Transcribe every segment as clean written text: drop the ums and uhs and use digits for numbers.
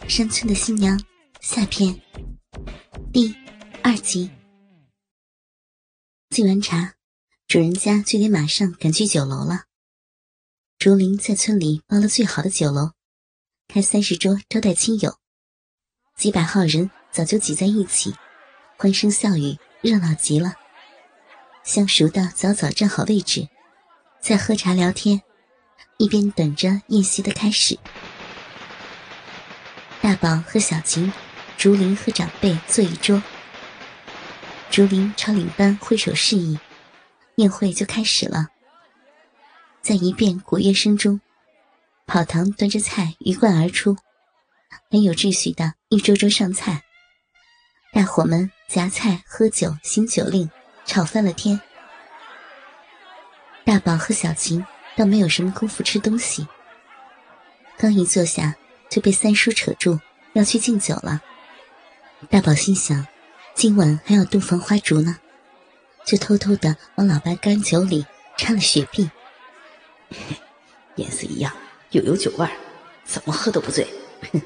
山村的新娘下篇第2集。敬完茶，主人家就得马上赶去酒楼了。竹林在村里包了最好的酒楼，开30桌招待亲友，几百号人早就挤在一起，欢声笑语，热闹极了。相熟的早早站好位置，在喝茶聊天，一边等着宴席的开始。大宝和小琴，竹林和长辈坐一桌。竹林朝领班挥手示意，宴会就开始了。在一遍鼓乐声中，跑堂端着菜鱼贯而出，很有秩序的一桌桌上菜。大伙们夹菜喝酒行酒令，吵翻了天。大宝和小琴倒没有什么功夫吃东西，刚一坐下就被三叔扯住要去敬酒了。大宝心想，今晚还要洞房花烛呢，就偷偷地往老白干酒里插了雪碧。 颜色一样，又有酒味儿，怎么喝都不醉。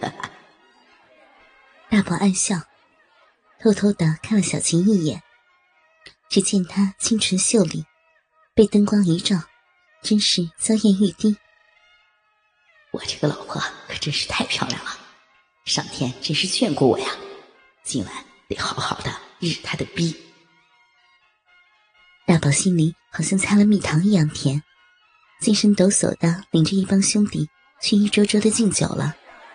大宝暗笑，偷偷地看了小琴一眼，只见她清纯秀丽，被灯光一照，真是娇艳欲滴。 我这个老婆可真是太漂亮了，上天真是眷顾我呀，今晚得好好的日她的逼。 大宝心里好像擦了蜜糖一样甜，精神抖擞地领着一帮兄弟去一桌桌的敬酒了。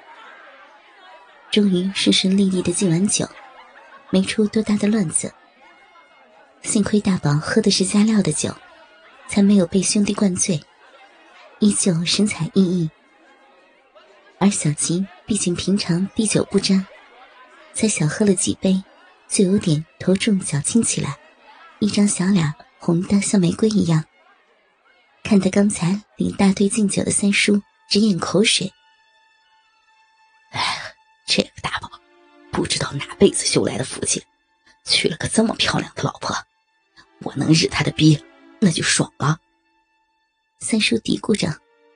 终于顺顺利利地敬完酒，没出多大的乱子。幸亏大宝喝的是加料的酒，才没有被兄弟灌醉，依旧神采奕奕。而小琴毕竟平常滴酒不沾，才小喝了几杯，就有点头重脚轻起来，一张小脸红得像玫瑰一样，看得刚才领大队敬酒的三叔直咽口水。 哎，这个大宝不知道哪辈子修来的福气，娶了个这么漂亮的老婆，我能日他的逼那就爽了。 三叔嘀咕着。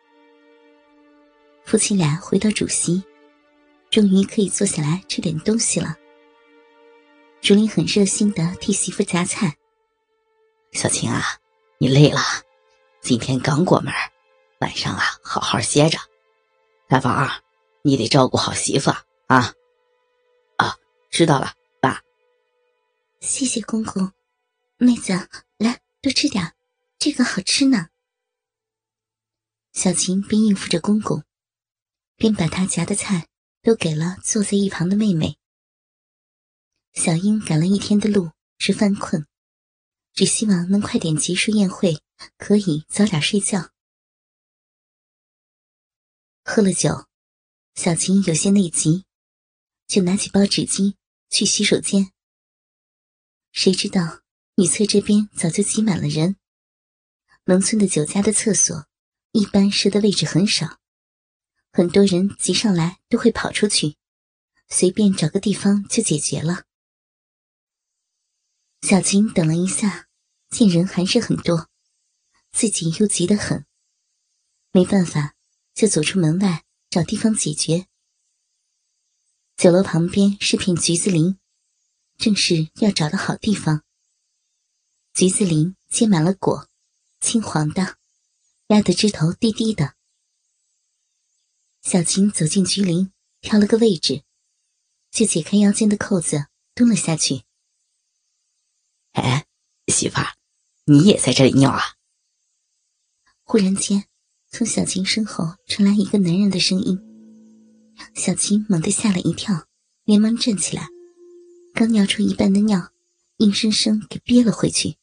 夫妻俩回到主席，终于可以坐下来吃点东西了。竹林很热心地替媳妇夹菜。 小琴啊，你累了，今天刚过门，晚上啊好好歇着。大宝儿，你得照顾好媳妇啊。啊，知道了，爸。 谢谢公公。妹子，来多吃点，这个好吃呢。小琴边应付着公公，边把他夹的菜都给了坐在一旁的妹妹。小英赶了一天的路，直犯困，只希望能快点结束宴会，可以早点睡觉。喝了酒，小琴有些内急，就拿起包纸巾去洗手间。谁知道女厕这边早就挤满了人，农村的酒家的厕所一般设的位置很少，很多人急上来都会跑出去，随便找个地方就解决了。小琴等了一下，见人还是很多，自己又急得很，没办法，就走出门外找地方解决。酒楼旁边是片橘子林，正是要找的好地方。橘子林结满了果，青黄的，压得枝头低低的。小琴走进橘林，挑了个位置，就解开腰间的扣子蹲了下去。 哎，媳妇儿，你也在这里尿啊？ 忽然间，从小琴身后传来一个男人的声音。小琴猛地吓了一跳，连忙站起来，刚尿出一半的尿，硬生生给憋了回去。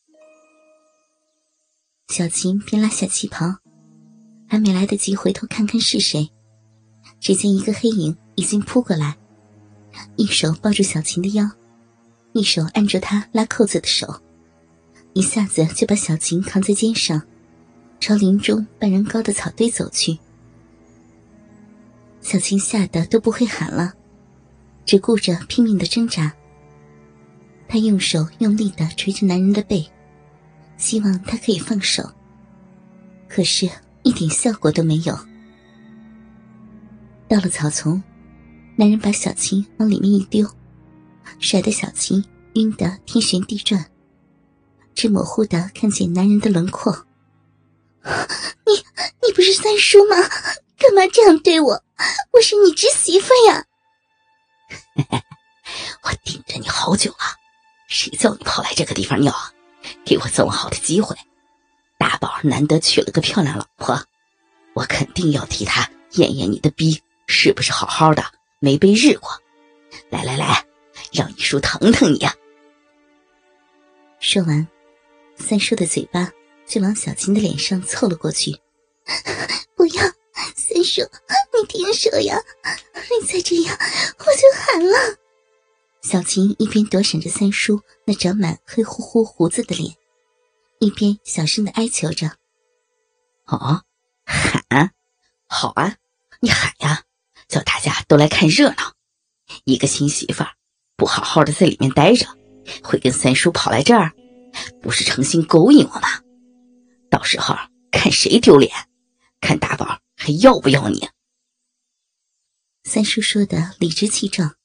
小琴便拉下旗袍，还没来得及回头看看是谁，只见一个黑影已经扑过来，一手抱住小琴的腰，一手按住她拉扣子的手，一下子就把小琴扛在肩上，朝林中半人高的草堆走去。小琴吓得都不会喊了，只顾着拼命地挣扎。她用手用力地捶着男人的背，希望他可以放手，可是一点效果都没有。到了草丛， 男人把小琴往里面一丢，甩得小琴晕得天旋地转，只模糊地看见男人的轮廓。你不是三叔吗？干嘛这样对我？我是你侄媳妇呀！ 我盯着你好久了，谁叫你跑来这个地方尿啊？给我这么好的机会，大宝难得娶了个漂亮老婆，我肯定要替他验验你的逼是不是好好的没被日过。来来来，让你叔疼疼你呀！ 说完，三叔的嘴巴就往小琴的脸上凑了过去。不要，三叔，你停手呀！你再这样我就喊了。小琴一边躲闪着三叔那长满黑乎乎胡子的脸，一边小声地哀求着。 哦，喊？好啊，你喊呀，叫大家都来看热闹。一个新媳妇儿不好好的在里面待着，会跟三叔跑来这儿，不是诚心勾引我吗？到时候看谁丢脸，看大宝还要不要你。 三叔说的理直气壮。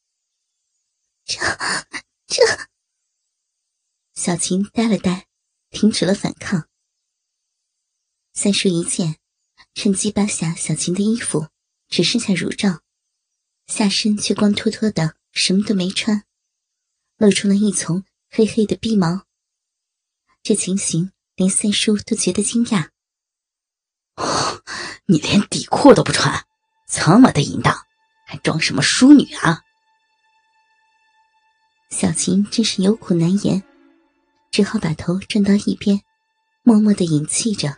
这小琴呆了呆，停止了反抗。三叔一见，趁机扒下小琴的衣服，只剩下乳罩，下身却光脱脱的，什么都没穿，露出了一丛黑黑的逼毛。这情形连三叔都觉得惊讶。 你连底裤都不穿，这么的淫荡，还装什么淑女啊？ 小琴真是有苦难言，只好把头转到一边，默默地隐气着。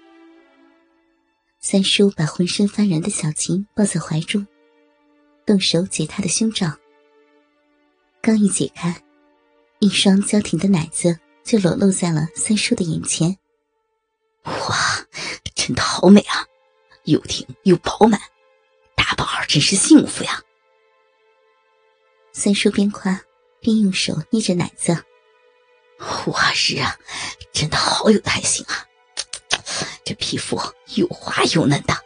三叔把浑身发软的小琴抱在怀中，动手解她的胸罩。刚一解开，一双娇挺的奶子就裸露在了三叔的眼前。 哇，真的好美啊，又挺又饱满，大宝儿真是幸福呀。 三叔边夸边用手捏着奶子。 哇，是啊，真的好有弹性啊，这皮肤又滑又嫩的。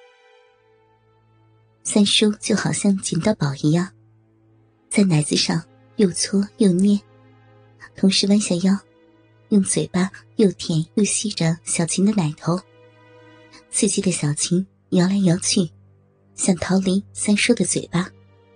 三叔就好像捡到宝一样，在奶子上又搓又捏，同时弯下腰，用嘴巴又舔又吸着小琴的奶头，刺激的小琴摇来摇去，想逃离三叔的嘴巴。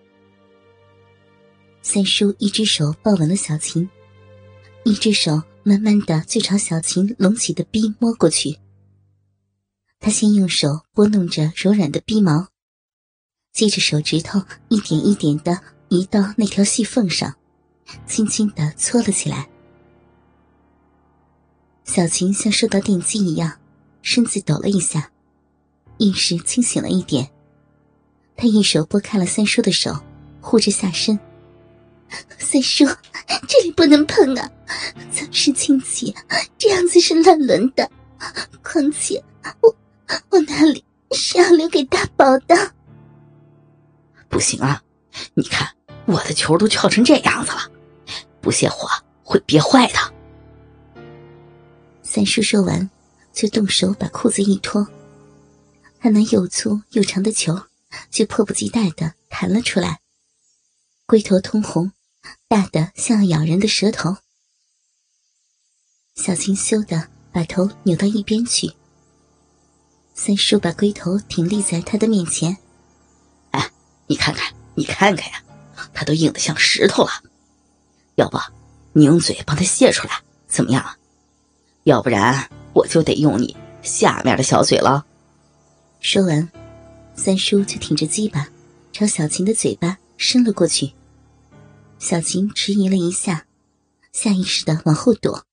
三叔一只手抱稳了小琴，一只手慢慢的就朝小琴隆起的逼摸过去。他先用手拨弄着柔软的逼毛，接着手指头一点一点的移到那条细缝上，轻轻地搓了起来。小琴像受到电击一样，身子抖了一下，意识清醒了一点。她一手拨开了三叔的手，护着下身。三叔，这里不能碰啊，脏是清洁，这样子是乱伦的。况且我那里是要留给大宝的。 不行啊，你看我的球都翘成这样子了，不泄火会憋坏的。 三叔说完，就动手把裤子一脱，他那又粗又长的球就迫不及待地弹了出来，龟头通红，大得像要咬人的舌头。小琴羞得把头扭到一边去。三叔把龟头挺立在他的面前。 哎，你看看呀，他都硬得像石头了。要不你用嘴帮他泄出来怎么样？要不然我就得用你下面的小嘴了。 说完，三叔就挺着鸡巴朝小琴的嘴巴伸了过去。小琴迟疑了一下，下意识地往后躲。